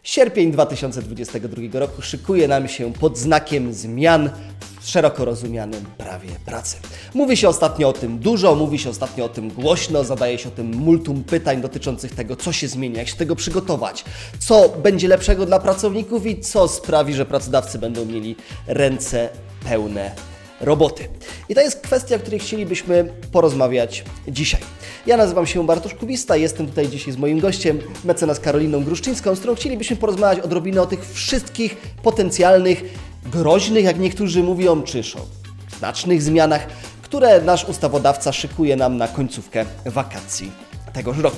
Sierpień 2022 roku szykuje nam się pod znakiem zmian w szeroko rozumianym prawie pracy. Mówi się ostatnio o tym dużo, mówi się ostatnio o tym głośno, zadaje się o tym multum pytań dotyczących tego, co się zmieni, jak się do tego przygotować, co będzie lepszego dla pracowników i co sprawi, że pracodawcy będą mieli ręce pełne roboty. I to jest kwestia, o której chcielibyśmy porozmawiać dzisiaj. Ja nazywam się Bartosz Kubista, jestem tutaj dzisiaj z moim gościem, mecenas Karoliną Gruszczyńską, z którą chcielibyśmy porozmawiać odrobinę o tych wszystkich potencjalnych, groźnych, jak niektórzy mówią, czy znacznych zmianach, które nasz ustawodawca szykuje nam na końcówkę wakacji tegoż roku.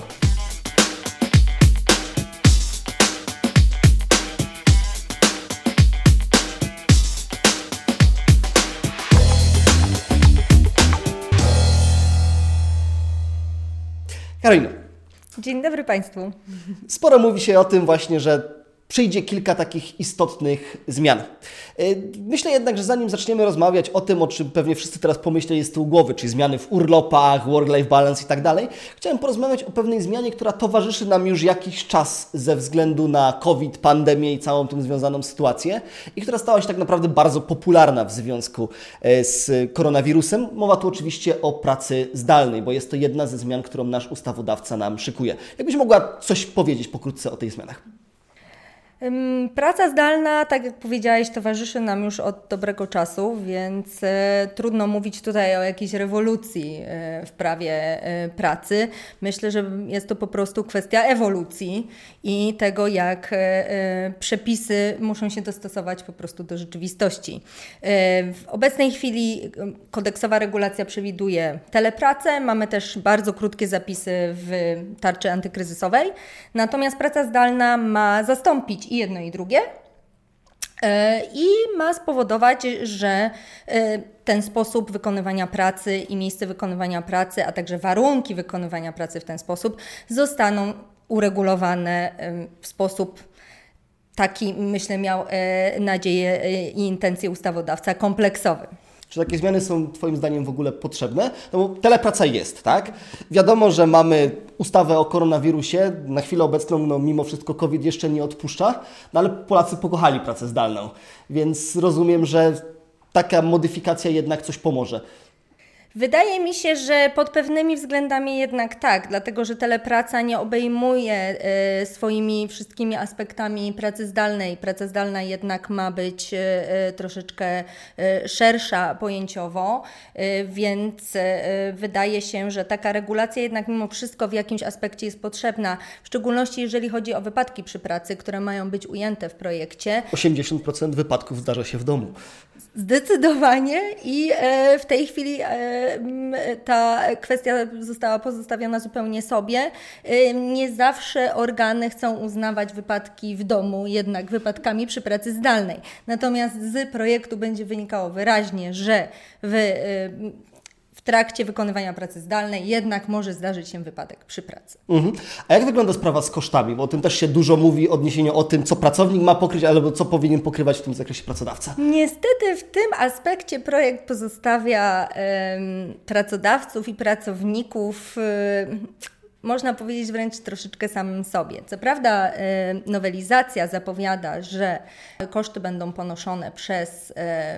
Karolino. Dzień dobry Państwu. Sporo mówi się o tym właśnie, że przyjdzie kilka takich istotnych zmian. Myślę jednak, że zanim zaczniemy rozmawiać o tym, o czym pewnie wszyscy teraz pomyśleli z tyłu głowy, czyli zmiany w urlopach, work-life balance i tak dalej, chciałem porozmawiać o pewnej zmianie, która towarzyszy nam już jakiś czas ze względu na COVID, pandemię i całą tą związaną sytuację i która stała się tak naprawdę bardzo popularna w związku z koronawirusem. Mowa tu oczywiście o pracy zdalnej, bo jest to jedna ze zmian, którą nasz ustawodawca nam szykuje. Jakbyś mogła coś powiedzieć pokrótce o tych zmianach? Praca zdalna, tak jak powiedziałeś, towarzyszy nam już od dobrego czasu, więc trudno mówić tutaj o jakiejś rewolucji w prawie pracy. Myślę, że jest to po prostu kwestia ewolucji i tego, jak przepisy muszą się dostosować po prostu do rzeczywistości. W obecnej chwili kodeksowa regulacja przewiduje telepracę, mamy też bardzo krótkie zapisy w tarczy antykryzysowej, natomiast praca zdalna ma zastąpić i jedno i drugie i ma spowodować, że ten sposób wykonywania pracy i miejsce wykonywania pracy, a także warunki wykonywania pracy w ten sposób zostaną uregulowane w sposób taki, myślę, miał nadzieję i intencję ustawodawca kompleksowy. Czy takie zmiany są Twoim zdaniem w ogóle potrzebne? No bo telepraca jest, tak? Wiadomo, że mamy ustawę o koronawirusie. Na chwilę obecną, mimo wszystko COVID jeszcze nie odpuszcza, ale Polacy pokochali pracę zdalną. Więc rozumiem, że taka modyfikacja jednak coś pomoże. Wydaje mi się, że pod pewnymi względami jednak tak, dlatego że telepraca nie obejmuje swoimi wszystkimi aspektami pracy zdalnej. Praca zdalna jednak ma być troszeczkę szersza pojęciowo, więc wydaje się, że taka regulacja jednak mimo wszystko w jakimś aspekcie jest potrzebna, w szczególności jeżeli chodzi o wypadki przy pracy, które mają być ujęte w projekcie. 80% wypadków zdarza się w domu. Zdecydowanie i w tej chwili ta kwestia została pozostawiona zupełnie sobie. Nie zawsze organy chcą uznawać wypadki w domu jednak wypadkami przy pracy zdalnej. Natomiast z projektu będzie wynikało wyraźnie, że w trakcie wykonywania pracy zdalnej jednak może zdarzyć się wypadek przy pracy. A jak wygląda sprawa z kosztami? Bo o tym też się dużo mówi, odniesieniu o tym, co pracownik ma pokryć, albo co powinien pokrywać w tym zakresie pracodawca. Niestety w tym aspekcie projekt pozostawia pracodawców i pracowników można powiedzieć wręcz troszeczkę samym sobie. Co prawda nowelizacja zapowiada, że koszty będą ponoszone przez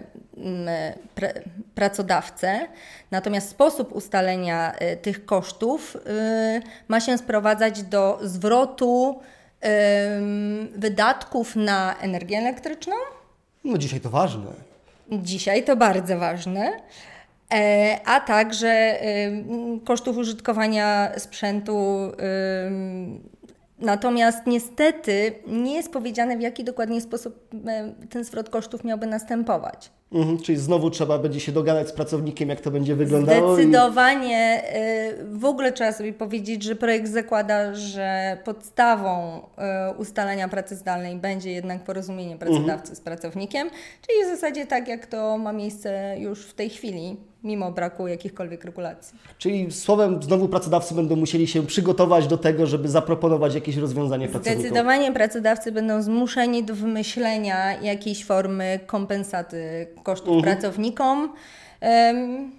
pracodawcę, natomiast sposób ustalenia tych kosztów ma się sprowadzać do zwrotu wydatków na energię elektryczną. No dzisiaj to ważne. Dzisiaj to bardzo ważne. A także kosztów użytkowania sprzętu. Natomiast niestety nie jest powiedziane, w jaki dokładnie sposób ten zwrot kosztów miałby następować. Czyli znowu trzeba będzie się dogadać z pracownikiem, jak to będzie wyglądało. Zdecydowanie. W ogóle trzeba sobie powiedzieć, że projekt zakłada, że podstawą ustalenia pracy zdalnej będzie jednak porozumienie pracodawcy z pracownikiem, czyli w zasadzie tak, jak to ma miejsce już w tej chwili, mimo braku jakichkolwiek regulacji. Czyli słowem znowu pracodawcy będą musieli się przygotować do tego, żeby zaproponować jakieś rozwiązanie pracownikom. Zdecydowanie pracodawcy będą zmuszeni do wymyślenia jakiejś formy kompensaty kosztów pracownikom.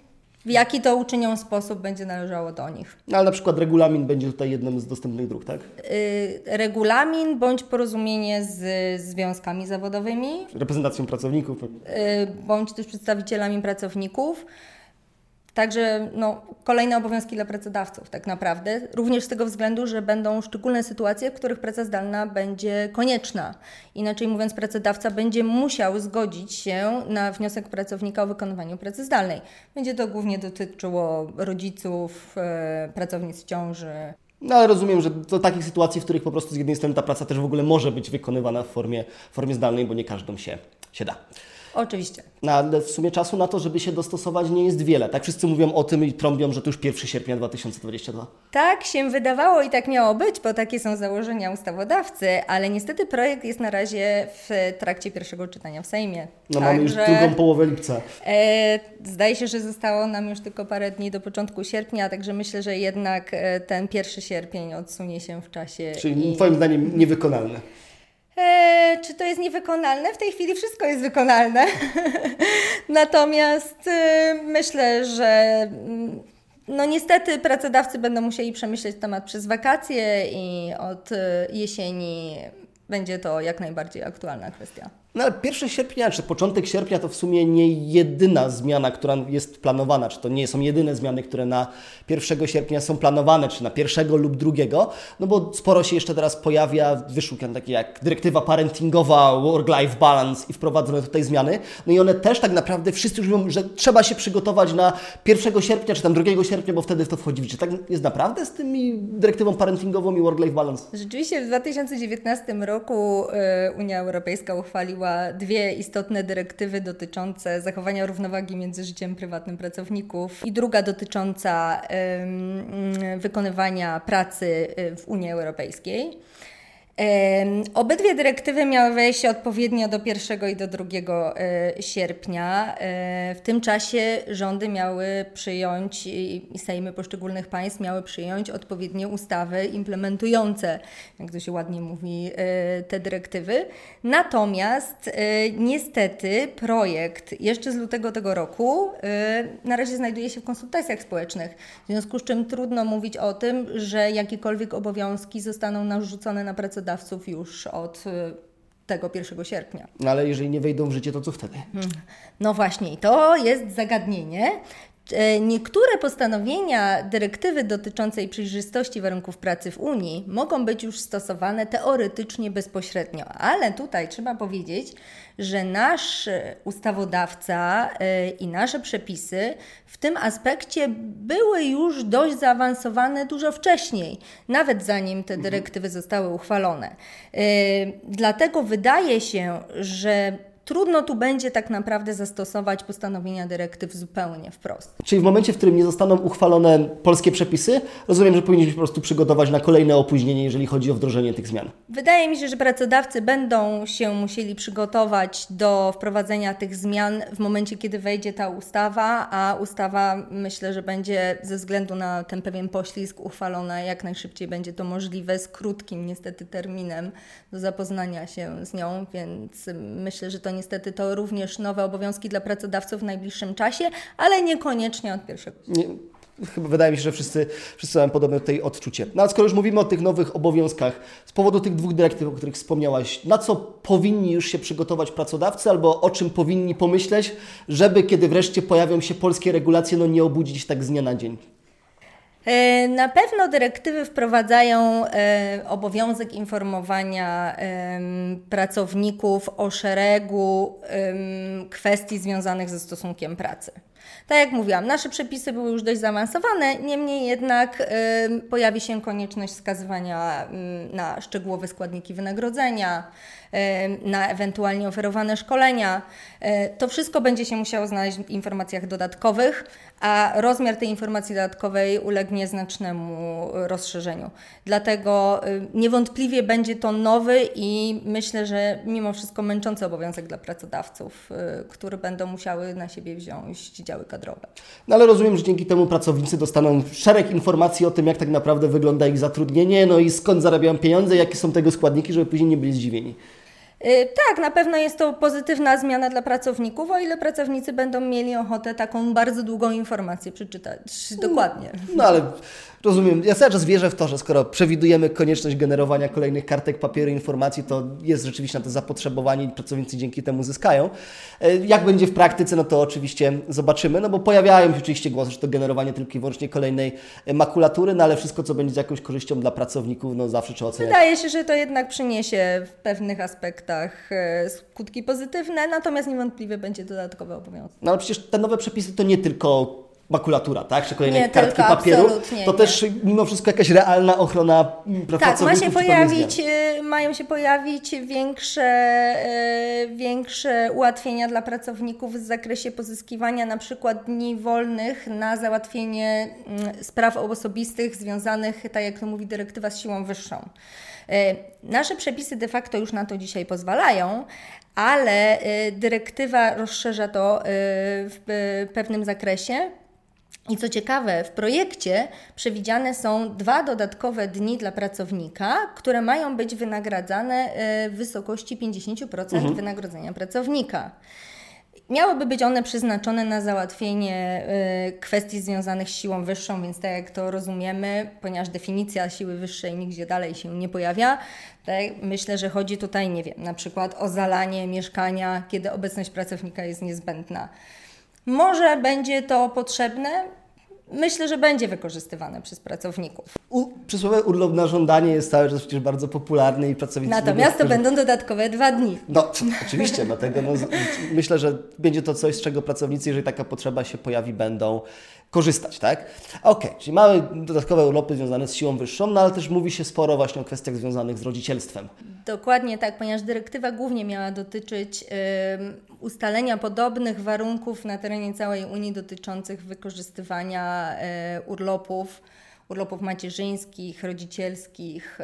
W jaki to uczynią sposób, będzie należało do nich. No, ale na przykład regulamin będzie tutaj jednym z dostępnych dróg, tak? Regulamin bądź porozumienie z związkami zawodowymi. Reprezentacją pracowników. Bądź też przedstawicielami pracowników. Także kolejne obowiązki dla pracodawców tak naprawdę, również z tego względu, że będą szczególne sytuacje, w których praca zdalna będzie konieczna. Inaczej mówiąc, pracodawca będzie musiał zgodzić się na wniosek pracownika o wykonywaniu pracy zdalnej. Będzie to głównie dotyczyło rodziców, pracownic w ciąży. No ale rozumiem, że do takich sytuacji, w których po prostu z jednej strony ta praca też w ogóle może być wykonywana w formie zdalnej, bo nie każdą się da. Oczywiście. No, ale w sumie czasu na to, żeby się dostosować, nie jest wiele. Tak wszyscy mówią o tym i trąbią, że to już 1 sierpnia 2022. Tak się wydawało i tak miało być, bo takie są założenia ustawodawcy, ale niestety projekt jest na razie w trakcie pierwszego czytania w Sejmie. No mamy już drugą połowę lipca. Zdaje się, że zostało nam już tylko parę dni do początku sierpnia, także myślę, że jednak ten 1 sierpień odsunie się w czasie. Czyli Twoim zdaniem niewykonalne? Czy to jest niewykonalne? W tej chwili wszystko jest wykonalne. Natomiast myślę, że niestety pracodawcy będą musieli przemyśleć temat przez wakacje i od jesieni będzie to jak najbardziej aktualna kwestia. No ale 1 sierpnia, czy początek sierpnia to w sumie nie jedyna zmiana, która jest planowana, czy to nie są jedyne zmiany, które na 1 sierpnia są planowane, czy na 1 lub 2, no bo sporo się jeszcze teraz pojawia wyszukań takie jak dyrektywa parentingowa, work-life balance i wprowadzone tutaj zmiany. No i one też tak naprawdę wszyscy już mówią, że trzeba się przygotować na 1 sierpnia, czy tam 2 sierpnia, bo wtedy w to wchodzi. Czy tak jest naprawdę z tymi dyrektywą parentingową i work-life balance? Rzeczywiście w 2019 roku Unia Europejska uchwaliła 2 istotne dyrektywy dotyczące zachowania równowagi między życiem prywatnym pracowników i druga dotycząca wykonywania pracy w Unii Europejskiej. Obydwie dyrektywy miały wejść odpowiednio do 1 i do 2 sierpnia. W tym czasie rządy miały przyjąć i sejmy poszczególnych państw miały przyjąć odpowiednie ustawy implementujące, jak to się ładnie mówi, te dyrektywy. Natomiast niestety projekt jeszcze z lutego tego roku na razie znajduje się w konsultacjach społecznych, w związku z czym trudno mówić o tym, że jakiekolwiek obowiązki zostaną narzucone na pracodawców już od tego 1 sierpnia. No ale jeżeli nie wejdą w życie, to co wtedy? No właśnie, i to jest zagadnienie. Niektóre postanowienia dyrektywy dotyczącej przejrzystości warunków pracy w Unii mogą być już stosowane teoretycznie bezpośrednio, ale tutaj trzeba powiedzieć, że nasz ustawodawca i nasze przepisy w tym aspekcie były już dość zaawansowane dużo wcześniej, nawet zanim te dyrektywy zostały uchwalone. Dlatego wydaje się, że trudno tu będzie tak naprawdę zastosować postanowienia dyrektyw zupełnie wprost. Czyli w momencie, w którym nie zostaną uchwalone polskie przepisy, rozumiem, że powinniśmy po prostu przygotować na kolejne opóźnienie, jeżeli chodzi o wdrożenie tych zmian. Wydaje mi się, że pracodawcy będą się musieli przygotować do wprowadzenia tych zmian w momencie, kiedy wejdzie ta ustawa, a ustawa myślę, że będzie ze względu na ten pewien poślizg uchwalona jak najszybciej będzie to możliwe, z krótkim niestety terminem do zapoznania się z nią, więc myślę, że to niestety to również nowe obowiązki dla pracodawców w najbliższym czasie, ale niekoniecznie od 1. Chyba wydaje mi się, że wszyscy mają podobne tutaj odczucie. No ale skoro już mówimy o tych nowych obowiązkach, z powodu tych 2 dyrektyw, o których wspomniałaś, na co powinni już się przygotować pracodawcy albo o czym powinni pomyśleć, żeby kiedy wreszcie pojawią się polskie regulacje, nie obudzić tak z dnia na dzień? Na pewno dyrektywy wprowadzają obowiązek informowania pracowników o szeregu kwestii związanych ze stosunkiem pracy. Tak jak mówiłam, nasze przepisy były już dość zaawansowane, niemniej jednak pojawi się konieczność wskazywania na szczegółowe składniki wynagrodzenia, na ewentualnie oferowane szkolenia. To wszystko będzie się musiało znaleźć w informacjach dodatkowych, a rozmiar tej informacji dodatkowej ulegnie znacznemu rozszerzeniu. Dlatego niewątpliwie będzie to nowy i myślę, że mimo wszystko męczący obowiązek dla pracodawców, który będą musiały na siebie wziąć działy kadrowe. No ale rozumiem, że dzięki temu pracownicy dostaną szereg informacji o tym, jak tak naprawdę wygląda ich zatrudnienie, no i skąd zarabiają pieniądze, jakie są tego składniki, żeby później nie byli zdziwieni. Tak, na pewno jest to pozytywna zmiana dla pracowników, o ile pracownicy będą mieli ochotę taką bardzo długą informację przeczytać dokładnie. No ale rozumiem, ja cały czas wierzę w to, że skoro przewidujemy konieczność generowania kolejnych kartek papieru informacji, to jest rzeczywiście na to zapotrzebowanie i pracownicy dzięki temu zyskają. Jak będzie w praktyce, no to oczywiście zobaczymy, no bo pojawiają się oczywiście głosy, że to generowanie tylko i wyłącznie kolejnej makulatury, no ale wszystko, co będzie z jakąś korzyścią dla pracowników, no zawsze trzeba oceniać. Wydaje się, że to jednak przyniesie w pewnych aspektach skutki pozytywne, natomiast niewątpliwie będzie dodatkowy obowiązek. No ale przecież te nowe przepisy to nie tylko makulatura, tak? Czy kolejne Nie, kartki tylko, papieru, absolutnie to nie. też mimo wszystko jakaś realna ochrona praw Tak, pracowników. mają się pojawić większe ułatwienia dla pracowników w zakresie pozyskiwania na przykład dni wolnych na załatwienie spraw osobistych związanych, tak jak to mówi dyrektywa, z siłą wyższą. Nasze przepisy de facto już na to dzisiaj pozwalają, ale dyrektywa rozszerza to w pewnym zakresie. I co ciekawe, w projekcie przewidziane są 2 dodatkowe dni dla pracownika, które mają być wynagradzane w wysokości 50% wynagrodzenia pracownika. Miałyby być one przeznaczone na załatwienie kwestii związanych z siłą wyższą, więc tak jak to rozumiemy, ponieważ definicja siły wyższej nigdzie dalej się nie pojawia, tak, myślę, że chodzi tutaj, nie wiem, na przykład o zalanie mieszkania, kiedy obecność pracownika jest niezbędna. Może będzie to potrzebne, myślę, że będzie wykorzystywane przez pracowników. Przysłowiowy urlop na żądanie jest cały czas przecież bardzo popularny i pracownicy... Natomiast to będą dodatkowe 2 dni. No, oczywiście, dlatego myślę, że będzie to coś, z czego pracownicy, jeżeli taka potrzeba się pojawi, będą korzystać, tak? Okej, czyli mamy dodatkowe urlopy związane z siłą wyższą, no ale też mówi się sporo właśnie o kwestiach związanych z rodzicielstwem. Dokładnie tak, ponieważ dyrektywa głównie miała dotyczyć ustalenia podobnych warunków na terenie całej Unii dotyczących wykorzystywania urlopów macierzyńskich, rodzicielskich.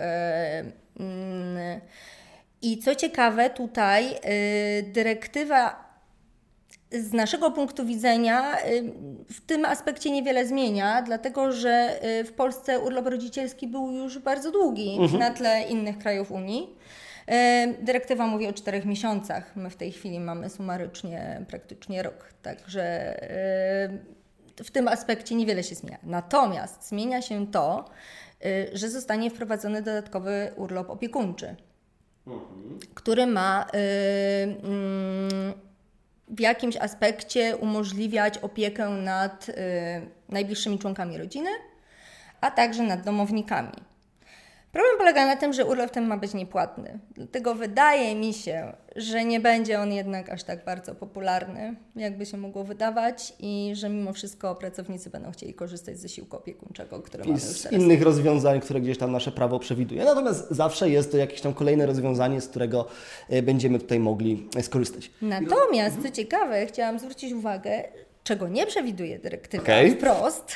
I co ciekawe, tutaj dyrektywa z naszego punktu widzenia w tym aspekcie niewiele zmienia, dlatego że w Polsce urlop rodzicielski był już bardzo długi na tle innych krajów Unii. Dyrektywa mówi o 4 miesiącach. My w tej chwili mamy sumarycznie praktycznie rok, także w tym aspekcie niewiele się zmienia. Natomiast zmienia się to, że zostanie wprowadzony dodatkowy urlop opiekuńczy, który ma w jakimś aspekcie umożliwiać opiekę nad najbliższymi członkami rodziny, a także nad domownikami. Problem polega na tym, że urlop ten ma być niepłatny. Dlatego wydaje mi się, że nie będzie on jednak aż tak bardzo popularny, jakby się mogło wydawać, i że mimo wszystko pracownicy będą chcieli korzystać z zasiłku opiekuńczego, który mamy już z teraz. innych rozwiązań, które gdzieś tam nasze prawo przewiduje. Natomiast zawsze jest to jakieś tam kolejne rozwiązanie, z którego będziemy tutaj mogli skorzystać. Natomiast, co ciekawe, chciałam zwrócić uwagę, czego nie przewiduje dyrektywa wprost.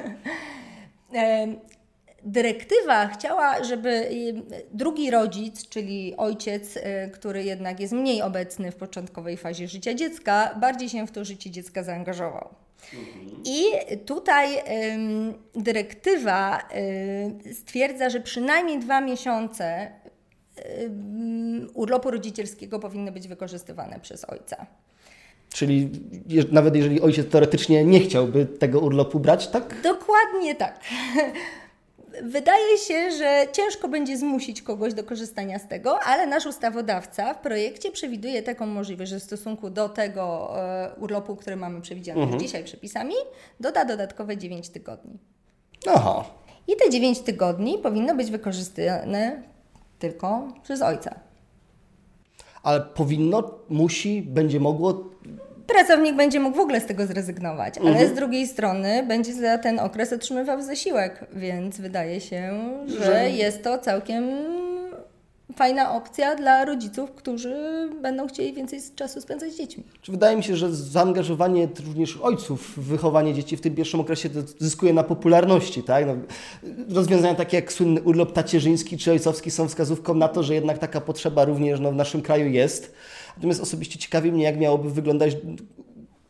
Dyrektywa chciała, żeby drugi rodzic, czyli ojciec, który jednak jest mniej obecny w początkowej fazie życia dziecka, bardziej się w to życie dziecka zaangażował. I tutaj dyrektywa stwierdza, że przynajmniej 2 miesiące urlopu rodzicielskiego powinny być wykorzystywane przez ojca. Czyli nawet jeżeli ojciec teoretycznie nie chciałby tego urlopu brać, tak? Dokładnie tak. Wydaje się, że ciężko będzie zmusić kogoś do korzystania z tego, ale nasz ustawodawca w projekcie przewiduje taką możliwość, że w stosunku do tego urlopu, który mamy przewidziany już dzisiaj przepisami, doda dodatkowe 9 tygodni. Aha. I te 9 tygodni powinno być wykorzystane tylko przez ojca. Ale powinno, musi, będzie mogło... Pracownik będzie mógł w ogóle z tego zrezygnować, ale z drugiej strony będzie za ten okres otrzymywał zasiłek, więc wydaje się, że jest to całkiem fajna opcja dla rodziców, którzy będą chcieli więcej czasu spędzać z dziećmi. Wydaje mi się, że zaangażowanie również ojców w wychowanie dzieci w tym pierwszym okresie zyskuje na popularności, tak? No, rozwiązania takie jak słynny urlop tacierzyński czy ojcowski są wskazówką na to, że jednak taka potrzeba również w naszym kraju jest. Natomiast osobiście ciekawi mnie, jak miałoby wyglądać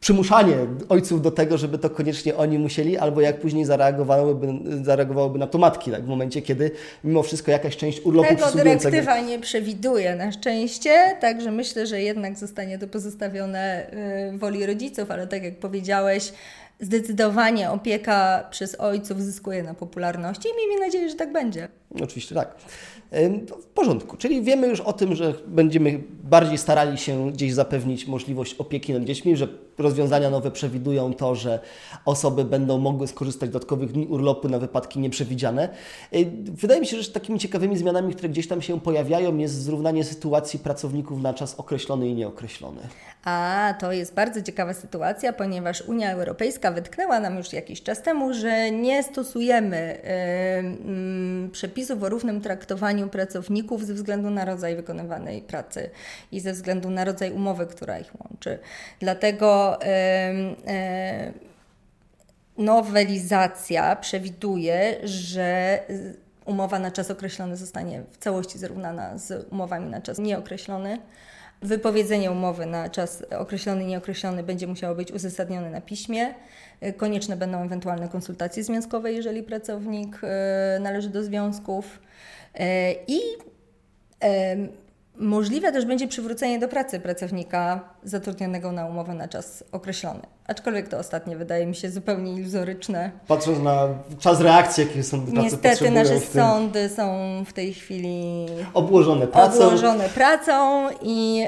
przymuszanie ojców do tego, żeby to koniecznie oni musieli, albo jak później zareagowałyby na to matki, tak, w momencie, kiedy mimo wszystko jakaś część urlopu przysługującego... Tego dyrektywa nie przewiduje na szczęście, także myślę, że jednak zostanie to pozostawione woli rodziców, ale tak jak powiedziałeś, zdecydowanie opieka przez ojców zyskuje na popularności i miejmy nadzieję, że tak będzie. Oczywiście tak. W porządku, czyli wiemy już o tym, że będziemy bardziej starali się gdzieś zapewnić możliwość opieki nad dziećmi, że rozwiązania nowe przewidują to, że osoby będą mogły skorzystać z dodatkowych dni urlopu na wypadki nieprzewidziane. Wydaje mi się, że takimi ciekawymi zmianami, które gdzieś tam się pojawiają, jest zrównanie sytuacji pracowników na czas określony i nieokreślony. A to jest bardzo ciekawa sytuacja, ponieważ Unia Europejska wytknęła nam już jakiś czas temu, że nie stosujemy przepisów o równym traktowaniu pracowników ze względu na rodzaj wykonywanej pracy i ze względu na rodzaj umowy, która ich łączy. Dlatego nowelizacja przewiduje, że umowa na czas określony zostanie w całości zrównana z umowami na czas nieokreślony. Wypowiedzenie umowy na czas określony i nieokreślony będzie musiało być uzasadnione na piśmie. Konieczne będą ewentualne konsultacje związkowe, jeżeli pracownik należy do związków. I możliwe też będzie przywrócenie do pracy pracownika zatrudnionego na umowę na czas określony. Aczkolwiek to ostatnie wydaje mi się zupełnie iluzoryczne. Patrząc na czas reakcji, jakie są tacy niestety nasze sądy są w tej chwili obłożone pracą i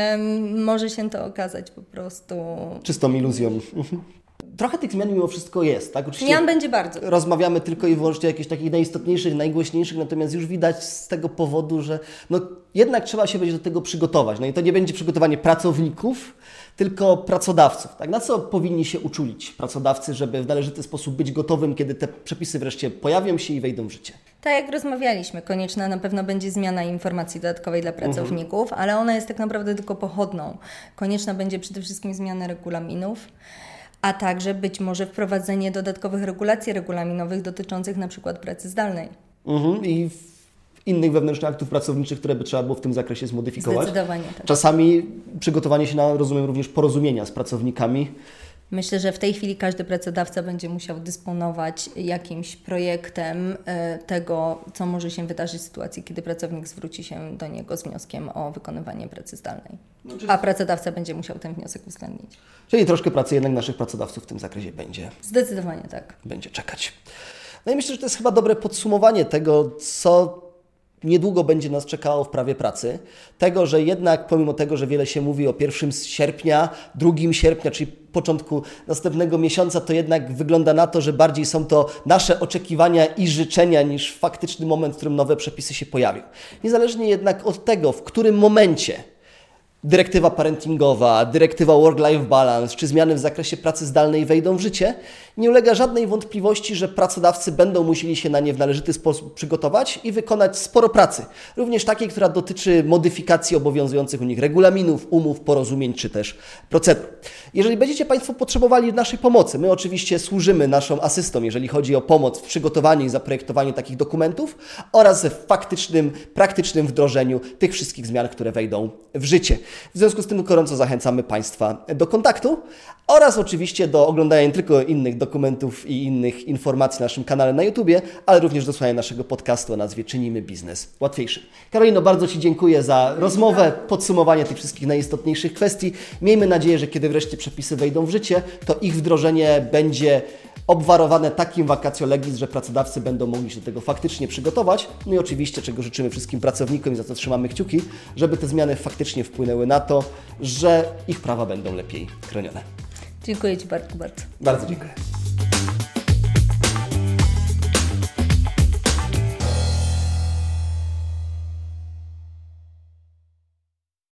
może się to okazać po prostu czystą iluzją. Trochę tych zmian mimo wszystko jest, tak? Oczywiście zmian będzie bardzo. Rozmawiamy tylko i wyłącznie o jakichś takich najistotniejszych, najgłośniejszych, natomiast już widać z tego powodu, że jednak trzeba się będzie do tego przygotować. No i to nie będzie przygotowanie pracowników, tylko pracodawców. Tak? Na co powinni się uczulić pracodawcy, żeby w należyty sposób być gotowym, kiedy te przepisy wreszcie pojawią się i wejdą w życie? Tak jak rozmawialiśmy, konieczna na pewno będzie zmiana informacji dodatkowej dla pracowników, ale ona jest tak naprawdę tylko pochodną. Konieczna będzie przede wszystkim zmiana regulaminów, a także być może wprowadzenie dodatkowych regulacji regulaminowych dotyczących na przykład pracy zdalnej. I innych wewnętrznych aktów pracowniczych, które by trzeba było w tym zakresie zmodyfikować. Zdecydowanie tak. Czasami przygotowanie się na, rozumiem, również porozumienia z pracownikami. Myślę, że w tej chwili każdy pracodawca będzie musiał dysponować jakimś projektem tego, co może się wydarzyć w sytuacji, kiedy pracownik zwróci się do niego z wnioskiem o wykonywanie pracy zdalnej. A pracodawca będzie musiał ten wniosek uwzględnić. Czyli troszkę pracy jednak naszych pracodawców w tym zakresie będzie. Zdecydowanie tak. Będzie czekać. No i myślę, że to jest chyba dobre podsumowanie tego, co niedługo będzie nas czekało w prawie pracy. Tego, że jednak pomimo tego, że wiele się mówi o 1 sierpnia, 2 sierpnia, czyli początku następnego miesiąca, to jednak wygląda na to, że bardziej są to nasze oczekiwania i życzenia niż faktyczny moment, w którym nowe przepisy się pojawią. Niezależnie jednak od tego, w którym momencie dyrektywa parentingowa, dyrektywa work-life balance czy zmiany w zakresie pracy zdalnej wejdą w życie, nie ulega żadnej wątpliwości, że pracodawcy będą musieli się na nie w należyty sposób przygotować i wykonać sporo pracy. Również takiej, która dotyczy modyfikacji obowiązujących u nich regulaminów, umów, porozumień czy też procedur. Jeżeli będziecie Państwo potrzebowali naszej pomocy, my oczywiście służymy naszą asystą, jeżeli chodzi o pomoc w przygotowaniu i zaprojektowaniu takich dokumentów oraz w faktycznym, praktycznym wdrożeniu tych wszystkich zmian, które wejdą w życie. W związku z tym gorąco zachęcamy Państwa do kontaktu oraz oczywiście do oglądania nie tylko innych dokumentów i innych informacji na naszym kanale na YouTubie, ale również do słuchania naszego podcastu o nazwie Czynimy Biznes Łatwiejszy. Karolino, bardzo Ci dziękuję za rozmowę, podsumowanie tych wszystkich najistotniejszych kwestii. Miejmy nadzieję, że kiedy wreszcie przepisy wejdą w życie, to ich wdrożenie będzie obwarowane takim vacatio legis, że pracodawcy będą mogli się do tego faktycznie przygotować. No i oczywiście, czego życzymy wszystkim pracownikom i za co trzymamy kciuki, żeby te zmiany faktycznie wpłynęły na to, że ich prawa będą lepiej chronione. Dziękuję Ci bardzo. Bardzo dziękuję.